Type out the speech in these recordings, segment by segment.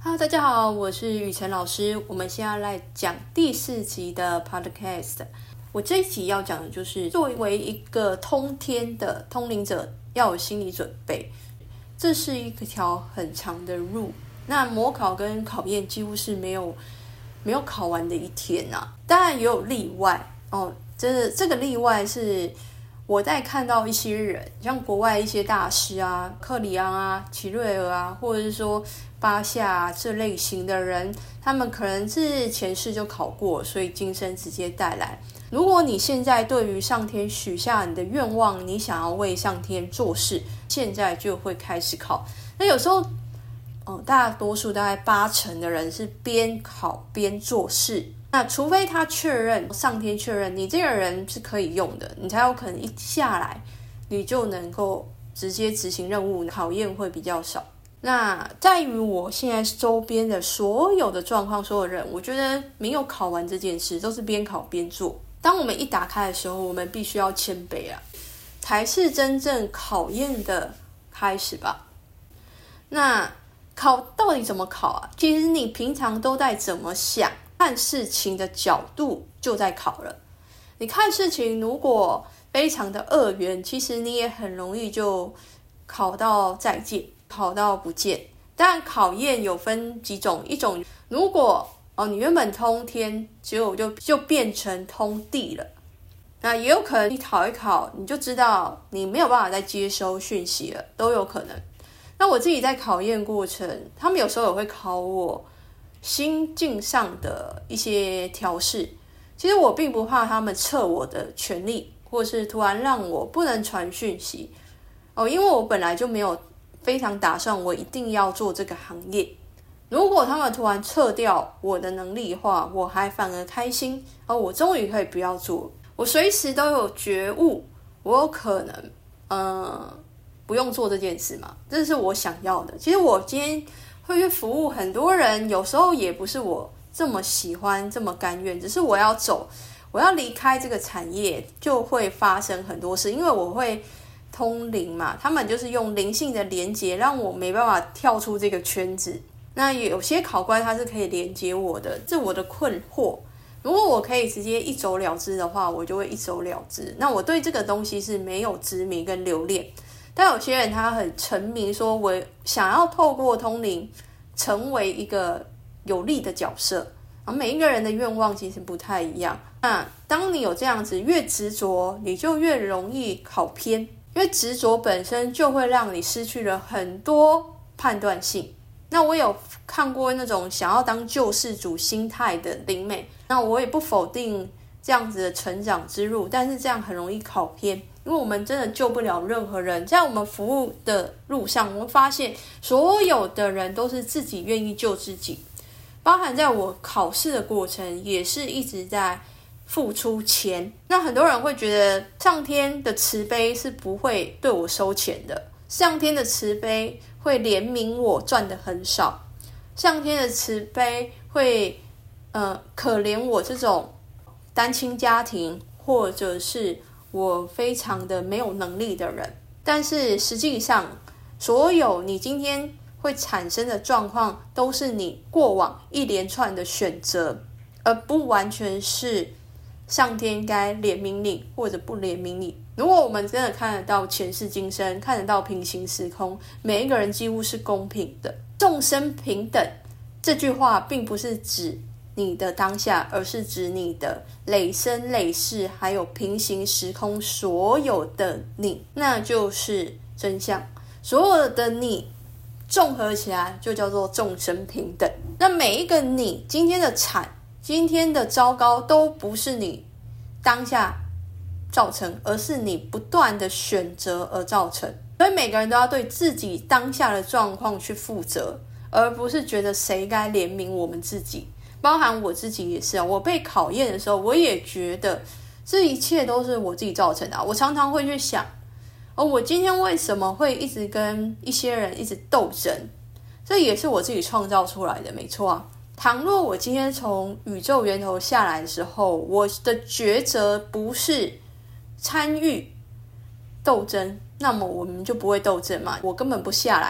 Hello， 大家好，我是雨辰老师。我们现在来讲第4集的 Podcast。我这一集要讲的就是作为一个通天的通灵者要有心理准备，这是一条很长的路。那模考跟考验几乎是没有考完的一天啊，当然也有例外哦。这个例外是我在看到一些人，像国外一些大师啊，克里昂啊、奇瑞尔啊，或者是说巴夏啊这类型的人，他们可能是前世就考过，所以今生直接带来。如果你现在对于上天许下你的愿望，你想要为上天做事，现在就会开始考。那有时候大多数大概80%的人是边考边做事，那除非他确认，上天确认你这个人是可以用的，你才有可能一下来你就能够直接执行任务，考验会比较少。那在于我现在周边的所有的状况，所有人，我觉得没有考完这件事，都是边考边做。当我们一打开的时候，我们必须要谦卑啊，才是真正考验的开始吧。那考到底怎么考啊？其实你平常都在怎么想，看事情的角度就在考了。你看事情如果非常的二元，其实你也很容易就考到再见，考到不见。但考验有分几种，一种如果你原本通天，结果就变成通地了，那也有可能你考一考，你就知道你没有办法再接收讯息了，都有可能。那我自己在考验过程，他们有时候也会考我心境上的一些调试。其实我并不怕他们撤我的权利，或是突然让我不能传讯息因为我本来就没有非常打算我一定要做这个行业。如果他们突然撤掉我的能力的话，我还反而开心我终于可以不要做。我随时都有觉悟，我有可能不用做这件事嘛，这是我想要的。其实我今天会去服务很多人，有时候也不是我这么喜欢这么甘愿，只是我要走，我要离开这个产业，就会发生很多事。因为我会通灵嘛，他们就是用灵性的连结让我没办法跳出这个圈子。那有些考官他是可以连接我的，这是我的困惑。如果我可以直接一走了之的话，我就会一走了之。那我对这个东西是没有执迷跟留恋。但有些人他很沉迷，说我想要透过通灵成为一个有利的角色每一个人的愿望其实不太一样。那当你有这样子越执着，你就越容易考偏，因为执着本身就会让你失去了很多判断性。那我有看过那种想要当救世主心态的灵媒，那我也不否定这样子的成长之路，但是这样很容易考偏，因为我们真的救不了任何人。在我们服务的路上，我们发现所有的人都是自己愿意救自己，包含在我考试的过程也是一直在付出钱。那很多人会觉得上天的慈悲是不会对我收钱的，上天的慈悲会怜悯我赚得很少，上天的慈悲会可怜我这种单亲家庭，或者是我非常的没有能力的人。但是实际上所有你今天会产生的状况都是你过往一连串的选择，而不完全是上天该怜悯你或者不怜悯你。如果我们真的看得到前世今生，看得到平行时空，每一个人几乎是公平的，众生平等，这句话并不是指你的当下，而是指你的累生累世，还有平行时空所有的你，那就是真相。所有的你综合起来就叫做众生平等。那每一个你今天的惨，今天的糟糕，都不是你当下造成，而是你不断的选择而造成。所以每个人都要对自己当下的状况去负责，而不是觉得谁该怜悯我们自己。包含我自己也是我被考验的时候，我也觉得这一切都是我自己造成的我常常会去想我今天为什么会一直跟一些人一直斗争，这也是我自己创造出来的，没错啊。倘若我今天从宇宙源头下来的时候，我的抉择不是参与斗争，那么我们就不会斗争嘛，我根本不下来，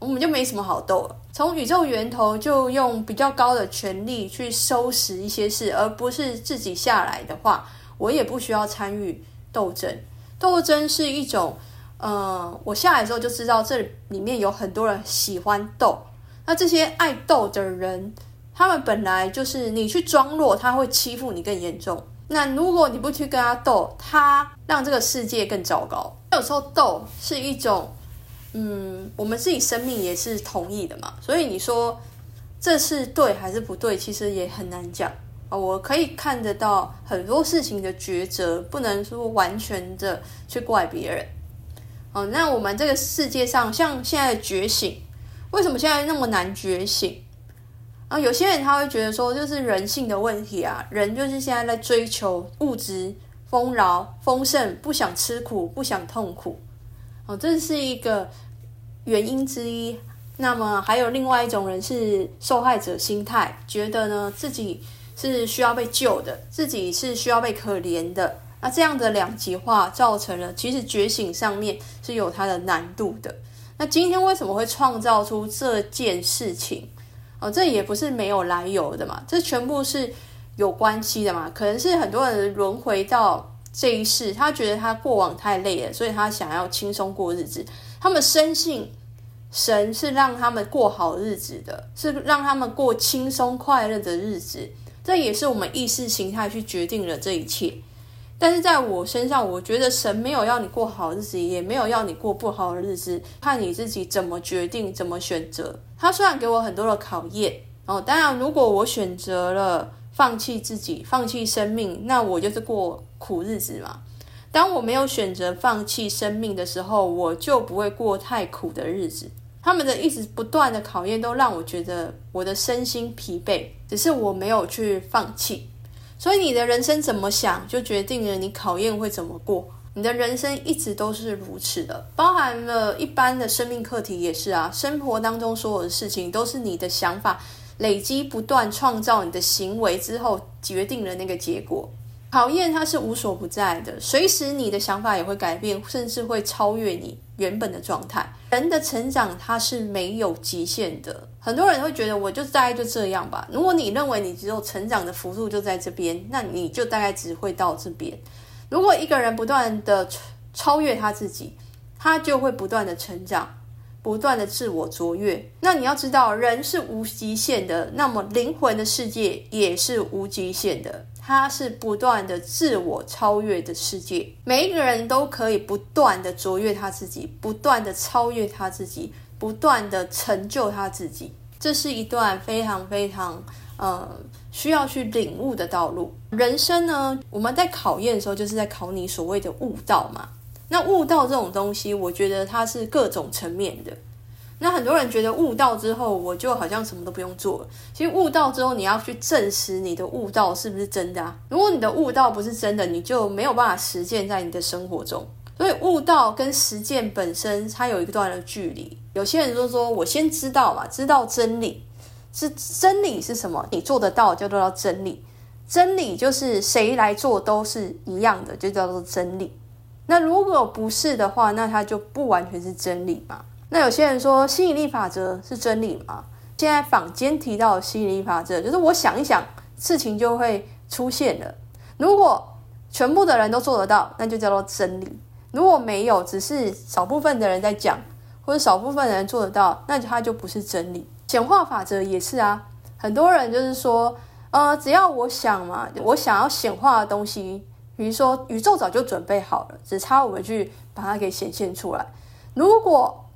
我们就没什么好斗了。从宇宙源头就用比较高的权力去收拾一些事，而不是自己下来的话，我也不需要参与斗争。斗争是一种我下来之后就知道这里面有很多人喜欢斗，那这些爱斗的人，他们本来就是你去装弱，他会欺负你更严重。那如果你不去跟他斗，他让这个世界更糟糕。有时候斗是一种我们自己生命也是同意的嘛，所以你说这是对还是不对，其实也很难讲。我可以看得到很多事情的抉择，不能说完全的去怪别人。那我们这个世界上，像现在的觉醒，为什么现在那么难觉醒？有些人他会觉得说，就是人性的问题啊，人就是现在在追求物质、丰饶、丰盛，不想吃苦，不想痛苦。这是一个原因之一。那么还有另外一种人是受害者心态，觉得呢自己是需要被救的，自己是需要被可怜的。那这样的两极化造成了其实觉醒上面是有它的难度的。那今天为什么会创造出这件事情？这也不是没有来由的嘛，这全部是有关系的嘛。可能是很多人轮回到这一世，他觉得他过往太累了，所以他想要轻松过日子。他们深信神是让他们过好日子的，是让他们过轻松快乐的日子。这也是我们意识形态去决定了这一切。但是在我身上，我觉得神没有要你过好日子，也没有要你过不好的日子，看你自己怎么决定，怎么选择。他虽然给我很多的考验，当然如果我选择了放弃自己，放弃生命，那我就是过苦日子嘛。当我没有选择放弃生命的时候，我就不会过太苦的日子。他们的一直不断的考验都让我觉得我的身心疲惫，只是我没有去放弃。所以你的人生怎么想，就决定了你考验会怎么过。你的人生一直都是如此的，包含了一般的生命课题也是啊。生活当中所有的事情都是你的想法累积不断创造你的行为之后决定了那个结果。考验它是无所不在的，随时你的想法也会改变，甚至会超越你原本的状态。人的成长它是没有极限的，很多人会觉得我就大概就这样吧。如果你认为你只有成长的幅度就在这边，那你就大概只会到这边。如果一个人不断的超越他自己，他就会不断的成长，不断的自我卓越。那你要知道，人是无极限的，那么灵魂的世界也是无极限的，它是不断的自我超越的世界。每一个人都可以不断的卓越他自己，不断的超越他自己，不断的成就他自己。这是一段非常非常需要去领悟的道路。人生呢，我们在考验的时候就是在考你所谓的悟道嘛。那悟道这种东西，我觉得它是各种层面的。那很多人觉得悟道之后我就好像什么都不用做了，其实悟道之后你要去证实你的悟道是不是真的啊。如果你的悟道不是真的，你就没有办法实践在你的生活中。所以悟道跟实践本身它有一段的距离。有些人就说我先知道嘛，知道真理。真理是什么？你做得到就叫真理。真理就是谁来做都是一样的，就叫做真理。那如果不是的话，那它就不完全是真理嘛。那有些人说吸引力法则是真理吗？现在坊间提到的吸引力法则就是我想一想事情就会出现了。如果全部的人都做得到，那就叫做真理。如果没有，只是少部分的人在讲，或者少部分的人做得到，那它就不是真理。显化法则也是啊，很多人就是说只要我想嘛，我想要显化的东西，比如说宇宙早就准备好了，只差我们去把它给显现出来。如果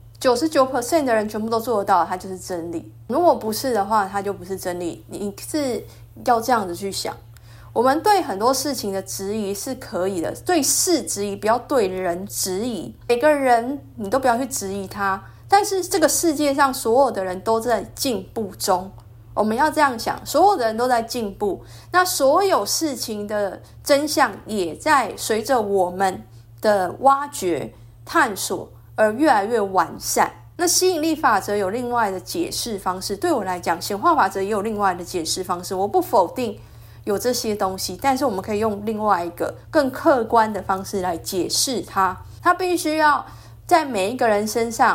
99% 的人全部都做得到，它就是真理。如果不是的话，它就不是真理。你是要这样子去想。我们对很多事情的质疑是可以的，对事质疑，不要对人质疑。每个人你都不要去质疑他，但是这个世界上所有的人都在进步中。我们要这样想，所有的人都在进步，那所有事情的真相也在随着我们的挖掘探索而越来越完善。那吸引力法则有另外的解释方式，对我来讲显化法则也有另外的解释方式。我不否定有这些东西，但是我们可以用另外一个更客观的方式来解释它。它必须要在每一个人身上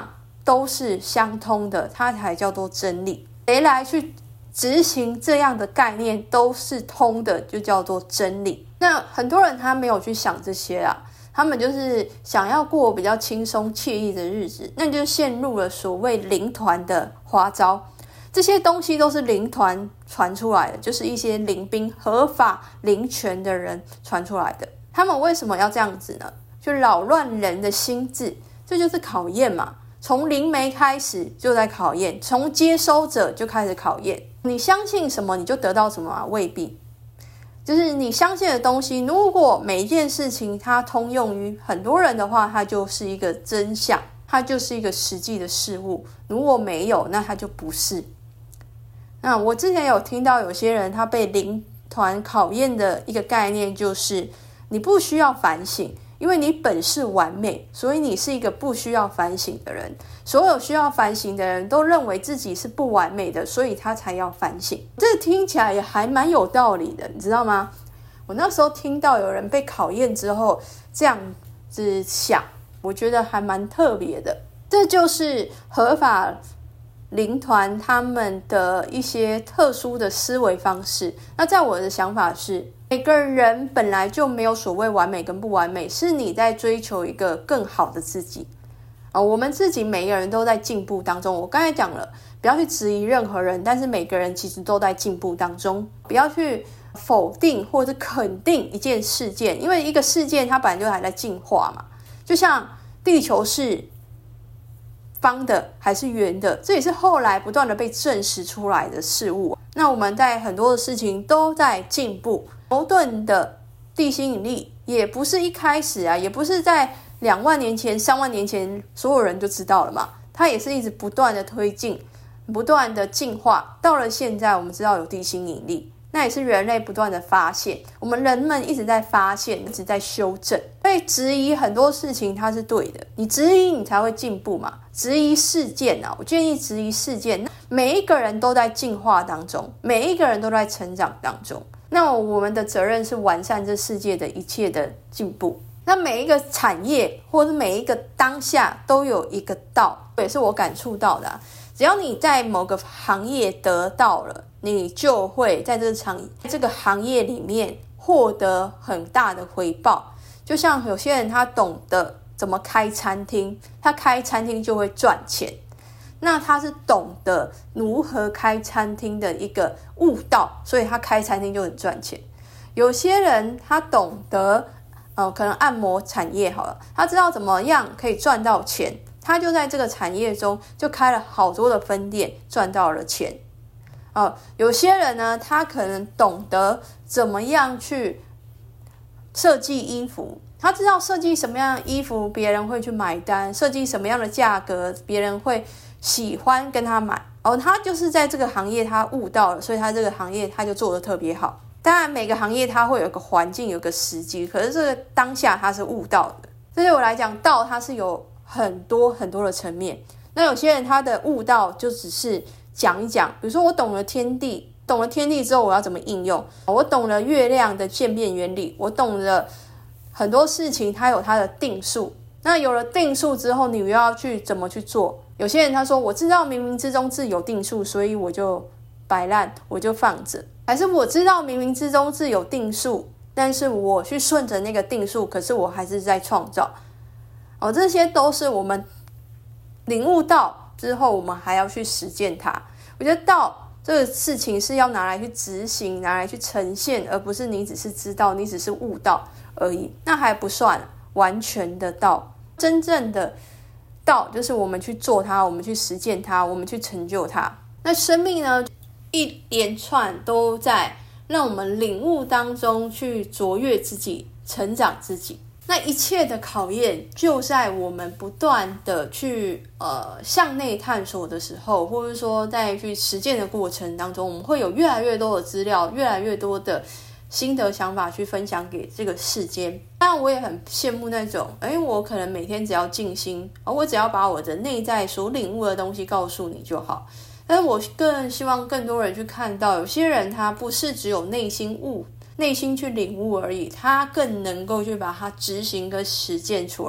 都是相通的，它才叫做真理。谁来去执行这样的概念都是通的，就叫做真理。那很多人他没有去想这些啊，他们就是想要过比较轻松惬意的日子，那就陷入了所谓灵团的花招。这些东西都是灵团传出来的，就是一些灵兵合法灵权的人传出来的。他们为什么要这样子呢？就扰乱人的心智，这就是考验嘛。从灵媒开始就在考验，从接收者就开始考验。你相信什么你就得到什么啊？未必。就是你相信的东西，如果每一件事情它通用于很多人的话，它就是一个真相，它就是一个实际的事物。如果没有，那它就不是。那我之前有听到有些人他被灵团考验的一个概念就是你不需要反省，因为你本是完美，所以你是一个不需要反省的人。所有需要反省的人都认为自己是不完美的，所以他才要反省。这听起来也还蛮有道理的，你知道吗？我那时候听到有人被考验之后这样子想，我觉得还蛮特别的。这就是合法灵团他们的一些特殊的思维方式。那在我的想法是，每个人本来就没有所谓完美跟不完美，是你在追求一个更好的自己。我们自己每个人都在进步当中。我刚才讲了，不要去质疑任何人，但是每个人其实都在进步当中。不要去否定或者肯定一件事件，因为一个事件它本来就还在进化嘛。就像地球是方的还是圆的，这也是后来不断的被证实出来的事物。那我们在很多的事情都在进步。牛顿的地心引力也不是一开始啊，也不是在2万年前3万年前所有人就知道了嘛，它也是一直不断的推进，不断的进化，到了现在我们知道有地心引力，那也是人类不断的发现，我们人们一直在发现，一直在修正。所以质疑很多事情它是对的，你质疑你才会进步嘛。质疑事件啊，我建议质疑事件，每一个人都在进化当中，每一个人都在成长当中。那我们的责任是完善这世界的一切的进步。那每一个产业或者每一个当下都有一个道，也是我感触到的只要你在某个行业得到了，你就会在这个行业里面获得很大的回报。就像有些人他懂得怎么开餐厅，他开餐厅就会赚钱，那他是懂得如何开餐厅的一个悟道，所以他开餐厅就很赚钱。有些人他懂得可能按摩产业好了，他知道怎么样可以赚到钱，他就在这个产业中就开了好多的分店，赚到了钱。有些人呢，他可能懂得怎么样去设计衣服，他知道设计什么样的衣服别人会去买单，设计什么样的价格别人会喜欢跟他买。他就是在这个行业他悟到了，所以他这个行业他就做得特别好。当然每个行业它会有个环境，有个时机，可是这个当下它是悟道的。这对我来讲，道它是有很多很多的层面。那有些人他的悟道就只是讲一讲，比如说我懂了天地之后我要怎么应用，我懂了月亮的渐变原理，我懂了很多事情它有它的定数。那有了定数之后，你又要去怎么去做。有些人他说我知道冥冥之中自有定数，所以我就摆烂，我就放着。还是我知道冥冥之中自有定数，但是我去顺着那个定数，可是我还是在创造。这些都是我们领悟到之后，我们还要去实践它。我觉得道这个事情是要拿来去执行，拿来去呈现，而不是你只是知道，你只是悟道而已，那还不算完全的道。真正的道就是我们去做它，我们去实践它，我们去成就它。那生命呢，一连串都在让我们领悟当中去卓越自己，成长自己。那一切的考验就在我们不断的去向内探索的时候，或者说在去实践的过程当中，我们会有越来越多的资料，越来越多的心得想法去分享给这个世间。当然我也很羡慕那种我可能每天只要静心，我只要把我的内在所领悟的东西告诉你就好。但是我更希望更多人去看到，有些人他不是只有内心去领悟而已，他更能够去把它执行跟实践出来。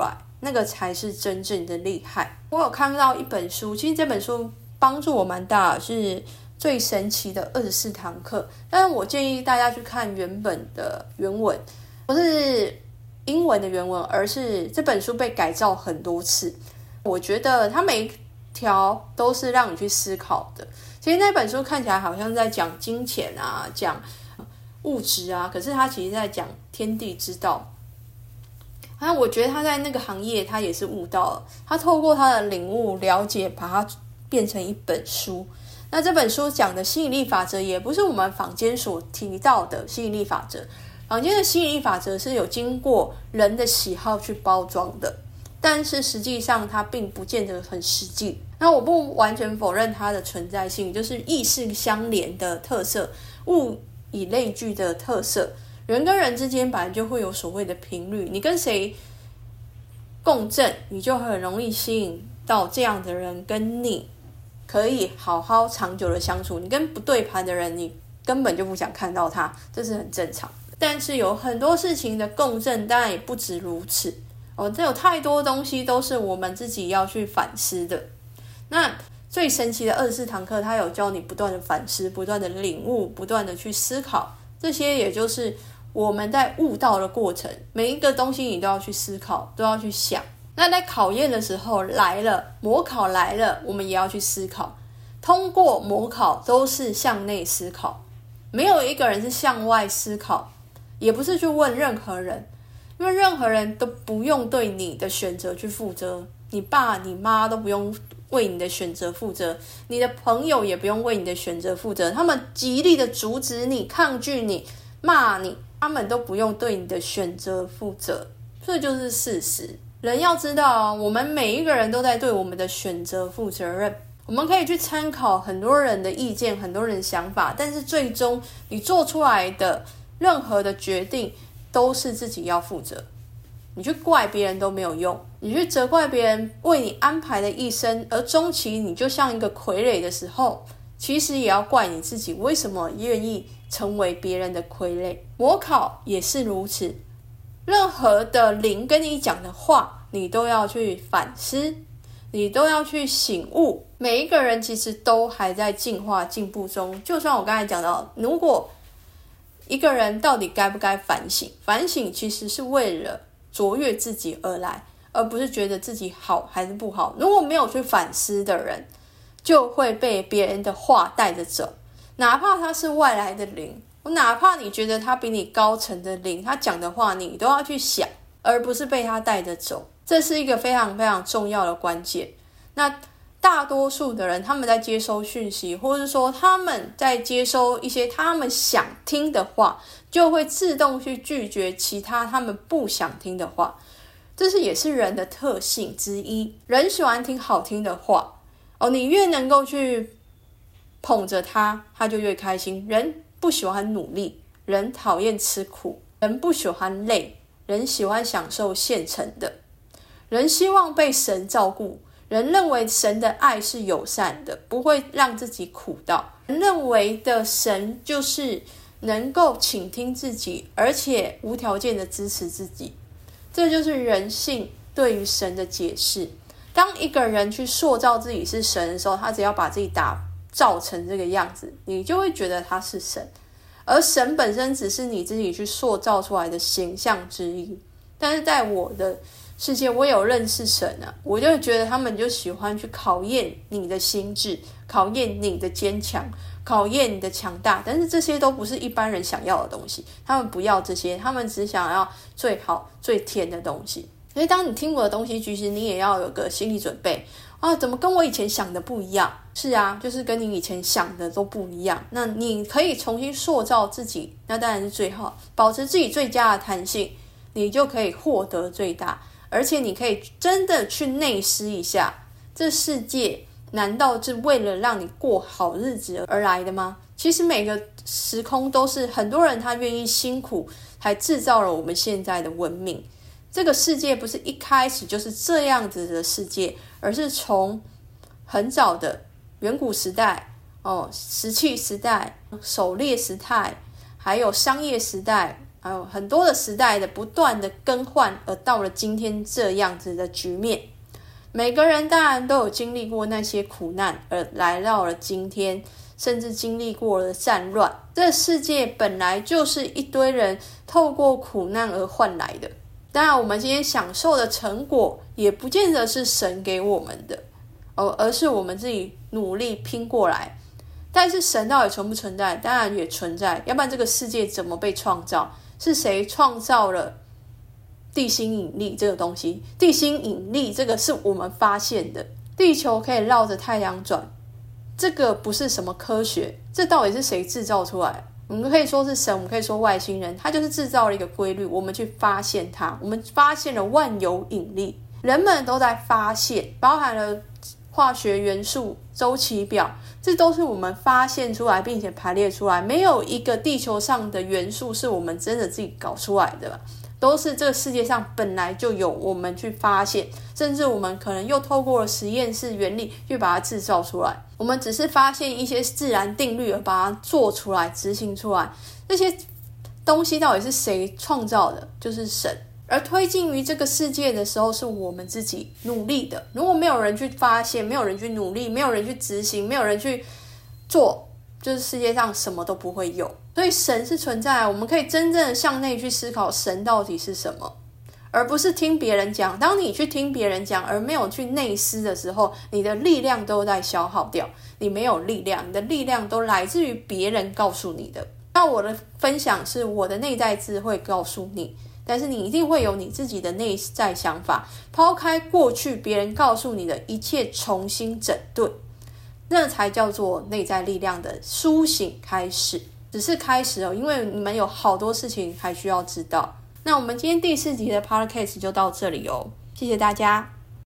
那个才是真正的厉害。我有看到一本书，其实这本书帮助我蛮大的，是最神奇的24堂课，但是我建议大家去看原本的原文，不是英文的原文，而是这本书被改造很多次。我觉得它每一条都是让你去思考的。其实那本书看起来好像在讲金钱啊，讲物质啊，可是它其实在讲天地之道。我觉得他在那个行业他也是悟到了，他透过他的领悟了解，把它变成一本书。那这本书讲的吸引力法则也不是我们坊间所提到的吸引力法则，坊间的吸引力法则是有经过人的喜好去包装的，但是实际上它并不见得很实际。那我不完全否认它的存在性，就是意识相连的特色，物以类聚的特色。人跟人之间本来就会有所谓的频率，你跟谁共振，你就很容易吸引到这样的人跟你可以好好长久的相处。你跟不对盘的人，你根本就不想看到他，这是很正常的。但是有很多事情的共振当然也不止如此这有太多东西都是我们自己要去反思的。那最神奇的24堂课，它有教你不断的反思，不断的领悟，不断的去思考，这些也就是我们在悟道的过程，每一个东西你都要去思考，都要去想。那在考验的时候来了，模考来了，我们也要去思考。通过模考都是向内思考，没有一个人是向外思考，也不是去问任何人，因为任何人都不用对你的选择去负责，你爸你妈都不用为你的选择负责，你的朋友也不用为你的选择负责，他们极力的阻止你、抗拒你、骂你，他们都不用对你的选择负责，这就是事实。人要知道我们每一个人都在对我们的选择负责任。我们可以去参考很多人的意见，很多人的想法，但是最终你做出来的任何的决定都是自己要负责。你去怪别人都没有用，你去责怪别人为你安排的一生，而终期你就像一个傀儡的时候，其实也要怪你自己为什么愿意成为别人的傀儡。模考也是如此，任何的灵跟你讲的话，你都要去反思，你都要去醒悟。每一个人其实都还在进化进步中。就算我刚才讲到，如果一个人到底该不该反省，反省其实是为了卓越自己而来，而不是觉得自己好还是不好。如果没有去反思的人，就会被别人的话带着走，哪怕他是外来的灵，哪怕你觉得他比你高层的灵，他讲的话你都要去想，而不是被他带着走。这是一个非常非常重要的关键。那大多数的人，他们在接收讯息，或是说他们在接收一些他们想听的话，就会自动去拒绝其他他们不想听的话。这也是人的特性之一。人喜欢听好听的话你越能够去捧着他，他就越开心。人不喜欢努力，人讨厌吃苦，人不喜欢累，人喜欢享受现成的。人希望被神照顾，人认为神的爱是友善的，不会让自己苦到。人认为的神就是能够倾听自己，而且无条件的支持自己。这就是人性对于神的解释。当一个人去塑造自己是神的时候，他只要把自己打造成这个样子，你就会觉得他是神。而神本身只是你自己去塑造出来的形象之一。但是在我的世界，我有认识神我就觉得他们就喜欢去考验你的心智，考验你的坚强，考验你的强大。但是这些都不是一般人想要的东西，他们不要这些，他们只想要最好最甜的东西。所以当你听我的东西，其实你也要有个心理准备怎么跟我以前想的不一样？是就是跟你以前想的都不一样。那你可以重新塑造自己，那当然是最好，保持自己最佳的弹性，你就可以获得最大。而且你可以真的去内思一下，这世界难道是为了让你过好日子而来的吗？其实每个时空都是很多人他愿意辛苦才制造了我们现在的文明。这个世界不是一开始就是这样子的世界，而是从很早的远古时代石器时代、狩猎时代，还有商业时代还有很多的时代的不断的更换，而到了今天这样子的局面。每个人当然都有经历过那些苦难，而来到了今天，甚至经历过了战乱。这世界本来就是一堆人透过苦难而换来的。当然我们今天享受的成果也不见得是神给我们的，而是我们自己努力拼过来。但是神到底存不存在？当然也存在，要不然这个世界怎么被创造？是谁创造了地心引力这个东西？地心引力这个是我们发现的，地球可以绕着太阳转，这个不是什么科学，这到底是谁制造出来？我们可以说是神，我们可以说外星人，他就是制造了一个规律，我们去发现它。我们发现了万有引力，人们都在发现，包含了化学元素、周期表，这都是我们发现出来并且排列出来，没有一个地球上的元素是我们真的自己搞出来的，都是这个世界上本来就有，我们去发现，甚至我们可能又透过了实验室原理去把它制造出来。我们只是发现一些自然定律而把它做出来、执行出来，这些东西到底是谁创造的？就是神。而推进于这个世界的时候是我们自己努力的，如果没有人去发现，没有人去努力，没有人去执行，没有人去做，就是世界上什么都不会有。所以神是存在，我们可以真正的向内去思考神到底是什么，而不是听别人讲。当你去听别人讲而没有去内思的时候，你的力量都在消耗掉，你没有力量，你的力量都来自于别人告诉你的。那我的分享是我的内在智慧告诉你，但是你一定会有你自己的内在想法，抛开过去别人告诉你的一切，重新整顿，那才叫做内在力量的苏醒开始。只是开始因为你们有好多事情还需要知道。那我们今天第4集的 podcast 就到这里谢谢大家。